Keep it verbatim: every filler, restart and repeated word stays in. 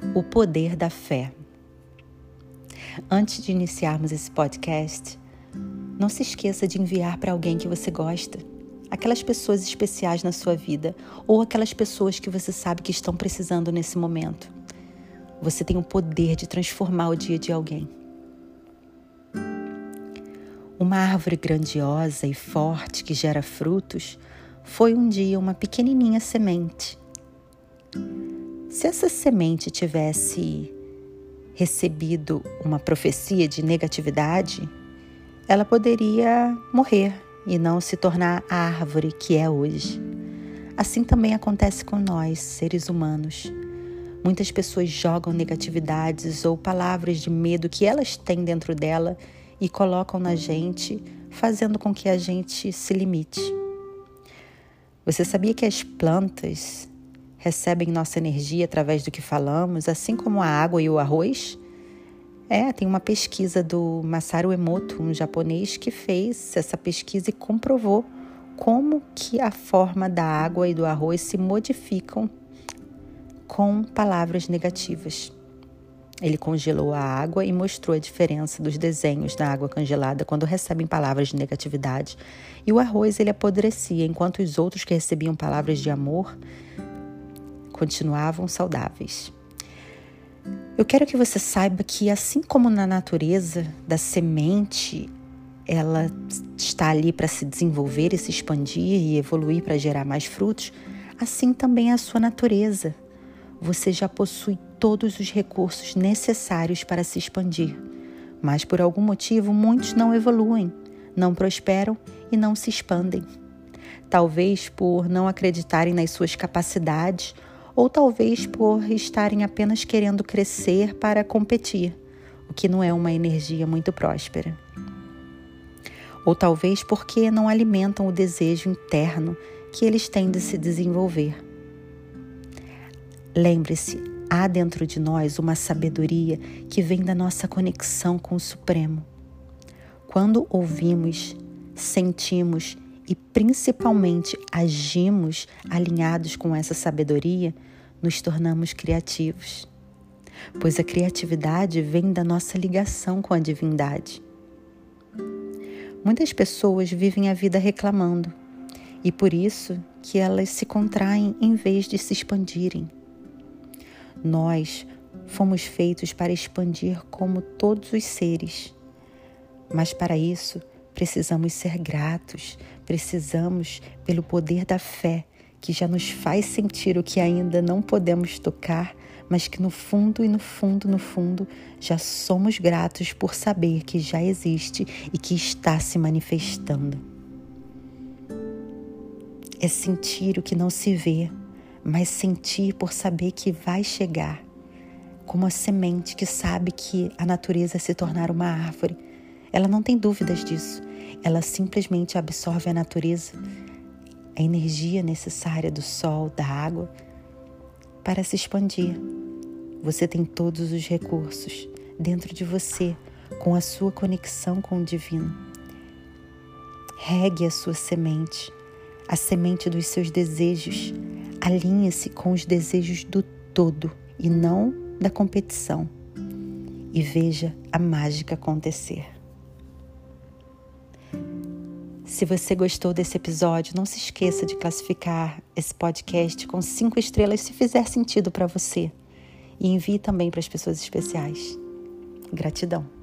O poder da fé. Antes de iniciarmos esse podcast, não se esqueça de enviar para alguém que você gosta, aquelas pessoas especiais na sua vida ou aquelas pessoas que você sabe que estão precisando nesse momento. Você tem o poder de transformar o dia de alguém. Uma árvore grandiosa e forte que gera frutos foi um dia uma pequenininha semente. Se essa semente tivesse recebido uma profecia de negatividade, ela poderia morrer e não se tornar a árvore que é hoje. Assim também acontece com nós, seres humanos. Muitas pessoas jogam negatividades ou palavras de medo que elas têm dentro dela e colocam na gente, fazendo com que a gente se limite. Você sabia que as plantas recebem nossa energia através do que falamos, assim como a água e o arroz? É, tem uma pesquisa do Masaru Emoto, um japonês, que fez essa pesquisa e comprovou como que a forma da água e do arroz se modificam com palavras negativas. Ele congelou a água e mostrou a diferença dos desenhos da água congelada quando recebem palavras de negatividade. E o arroz ele apodrecia, enquanto os outros que recebiam palavras de amor continuavam saudáveis. Eu quero que você saiba que, assim como na natureza da semente, ela está ali para se desenvolver e se expandir e evoluir para gerar mais frutos, assim também é a sua natureza. Você já possui todos os recursos necessários para se expandir, mas por algum motivo muitos não evoluem, não prosperam e não se expandem. Talvez por não acreditarem nas suas capacidades ou talvez por estarem apenas querendo crescer para competir, o que não é uma energia muito próspera. Ou talvez porque não alimentam o desejo interno que eles têm de se desenvolver. Lembre-se, há dentro de nós uma sabedoria que vem da nossa conexão com o Supremo. Quando ouvimos, sentimos e principalmente agimos alinhados com essa sabedoria, nos tornamos criativos. Pois a criatividade vem da nossa ligação com a divindade. Muitas pessoas vivem a vida reclamando e por isso que elas se contraem em vez de se expandirem. Nós fomos feitos para expandir como todos os seres, mas para isso precisamos ser gratos, precisamos, pelo poder da fé, que já nos faz sentir o que ainda não podemos tocar, mas que no fundo e no fundo, no fundo, já somos gratos por saber que já existe e que está se manifestando. É sentir o que não se vê, mas sentir por saber que vai chegar, como a semente que sabe que a natureza se tornar uma árvore. Ela não tem dúvidas disso, ela simplesmente absorve a natureza, a energia necessária do sol, da água, para se expandir. Você tem todos os recursos dentro de você, com a sua conexão com o divino. Regue a sua semente, a semente dos seus desejos. Alinhe-se com os desejos do todo e não da competição. E veja a mágica acontecer. Se você gostou desse episódio, não se esqueça de classificar esse podcast com cinco estrelas se fizer sentido para você. E envie também para as pessoas especiais. Gratidão.